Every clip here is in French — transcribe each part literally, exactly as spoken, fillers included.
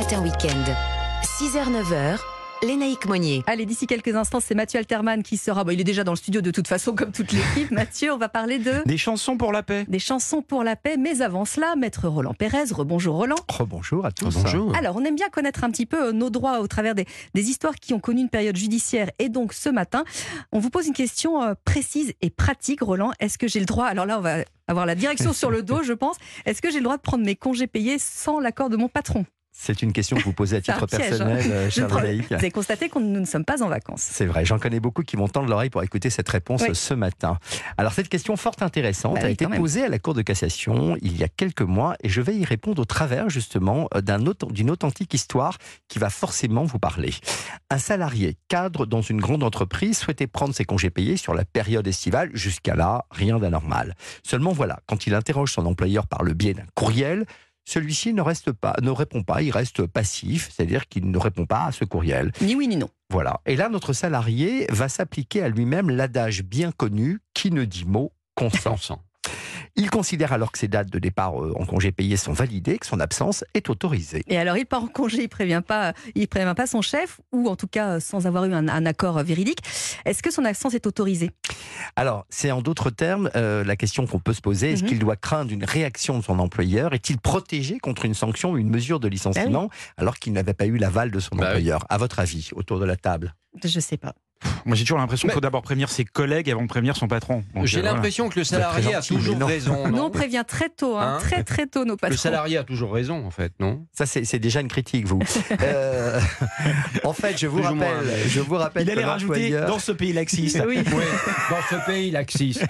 Matin Week-end. six heures neuf heures, Lénaïque Monnier. Allez, d'ici quelques instants, c'est Mathieu Alterman qui sera... Bon, il est déjà dans le studio de toute façon, comme toute l'équipe. Mathieu, on va parler de... Des chansons pour la paix. Des chansons pour la paix, mais avant cela, Maître Roland Pérez. Rebonjour Roland. Rebonjour à tous. Bonjour. Alors, on aime bien connaître un petit peu nos droits au travers des, des histoires qui ont connu une période judiciaire. Et donc, ce matin, on vous pose une question euh, précise et pratique, Roland. Est-ce que j'ai le droit... Alors là, on va avoir la direction sur le dos, je pense. Est-ce que j'ai le droit de prendre mes congés payés sans l'accord de mon patron ? C'est une question que vous posez à titre piège, personnel, hein. euh, cher Je Lénaïque. Vous avez constaté que nous ne sommes pas en vacances. C'est vrai, j'en connais beaucoup qui vont tendre l'oreille pour écouter cette réponse Oui. ce matin. Alors cette question fort intéressante Bah a oui, été quand même. posée à la Cour de cassation il y a quelques mois et je vais y répondre au travers justement d'un auth- d'une authentique histoire qui va forcément vous parler. Un salarié cadre dans une grande entreprise souhaitait prendre ses congés payés sur la période estivale. Jusqu'à là, rien d'anormal. Seulement voilà, quand il interroge son employeur par le biais d'un courriel, celui-ci ne, reste pas, ne répond pas, il reste passif, c'est-à-dire qu'il ne répond pas à ce courriel. Ni oui ni non. Voilà. Et là, notre salarié va s'appliquer à lui-même l'adage bien connu qui ne dit mot consent. Consent. Il considère alors que ses dates de départ euh, en congé payé sont validées, que son absence est autorisée. Et alors, il part en congé, il prévient pas, il prévient pas son chef, ou en tout cas sans avoir eu un, un accord véridique. Est-ce que son absence est autorisée ? Alors, c'est en d'autres termes euh, la question qu'on peut se poser. Est-ce Mhm. qu'il doit craindre une réaction de son employeur ? Est-il protégé contre une sanction ou une mesure de licenciement alors qu'il n'avait pas eu l'aval de son Bah oui. employeur ? À votre avis, autour de la table ? Je sais pas. Moi, j'ai toujours l'impression Mais- qu'il faut d'abord prévenir ses collègues avant de prévenir son patron. Donc, J'ai euh, voilà. l'impression que le Vous êtes salarié très a gentil, toujours mais non. raison. Nous, non on prévient très tôt, hein, Hein très très tôt nos patrons. Le salarié a toujours raison, en fait, non Ça, c'est c'est déjà une critique, vous. Euh, en fait, je vous Plus ou moins, rappelle, mais- je vous rappelle Il allait que rajouter l'employeur- dans ce pays laxiste. Oui. Oui, dans ce pays laxiste.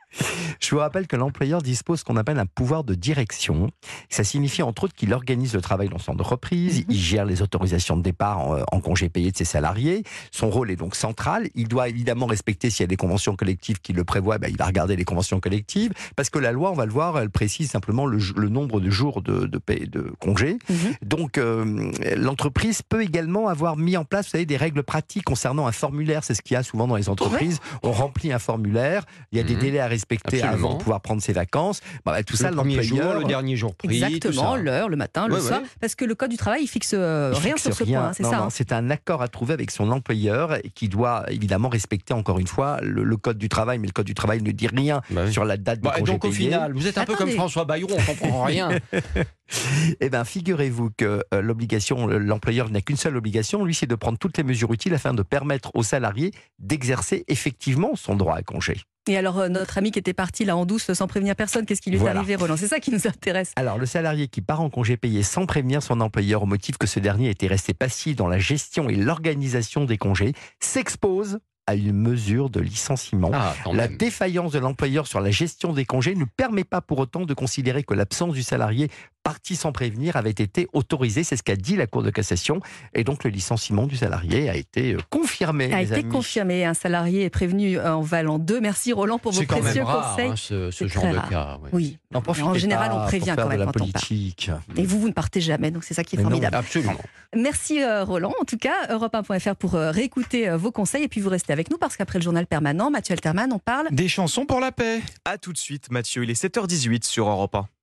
Je vous rappelle que l'employeur dispose de ce qu'on appelle un pouvoir de direction. Ça signifie entre autres qu'il organise le travail dans son entreprise, Mhm. il gère les autorisations de départ en, en congé payé de ses salariés. Son rôle est donc central. Il doit évidemment respecter, s'il y a des conventions collectives qui le prévoient, ben, il va regarder les conventions collectives. Parce que la loi, on va le voir, elle précise simplement le, le nombre de jours de, de, paie- de congé. Mhm. Donc euh, l'entreprise peut également avoir mis en place, vous savez, des règles pratiques concernant un formulaire. C'est ce qu'il y a souvent dans les entreprises. On remplit un formulaire, il y a des Mhm. délais à respecter Absolument. avant de pouvoir prendre ses vacances. Bah, bah, tout ça, Le premier jour, l'employeur... le dernier jour pris, tout Exactement, ça. l'heure, le matin, le Ouais, soir. ouais. Parce que le code du travail, il fixe euh, il rien fixe sur ce rien. point, hein, c'est Non, ça. non, hein. c'est un accord à trouver avec son employeur et qui doit évidemment respecter encore une fois le, le code du travail, mais le code du travail ne dit rien Bah oui. sur la date du Bah, et congé donc au payé. final, vous êtes un peu Attendez. comme François Bayrou, on comprend rien. Eh bien, figurez-vous que euh, l'obligation, l'employeur n'a qu'une seule obligation, lui, c'est de prendre toutes les mesures utiles afin de permettre aux salariés d'exercer effectivement son droit à congé. Et alors, euh, notre ami qui était parti là en douce sans prévenir personne, qu'est-ce qui lui est Voilà. arrivé, Roland ? C'est ça qui nous intéresse. Alors, le salarié qui part en congé payé sans prévenir son employeur au motif que ce dernier était resté passif dans la gestion et l'organisation des congés s'expose à une mesure de licenciement. Ah, quand La même. défaillance de l'employeur sur la gestion des congés ne permet pas pour autant de considérer que l'absence du salarié parti sans prévenir avait été autorisée. C'est ce qu'a dit la Cour de cassation. Et donc le licenciement du salarié a été euh, confirmé. A les été amis. confirmé. Un salarié est prévenu en valant deux. Merci Roland pour vos C'est quand précieux même rare, conseils. hein, ce, ce C'est genre très de rare. cas. ouais. Oui. N'en profitez En général, pas on prévient pour faire quand même de la quand on part. politique. Et vous, vous ne partez jamais, donc c'est ça qui est Mais non. formidable. Absolument. Merci euh, Roland. En tout cas, Europe un point F R pour euh, réécouter euh, vos conseils et puis vous restez avec nous parce qu'après le journal permanent, Mathieu Alterman, on parle Des chansons pour la paix. A tout de suite, Mathieu, il est sept heures dix-huit sur Europe un.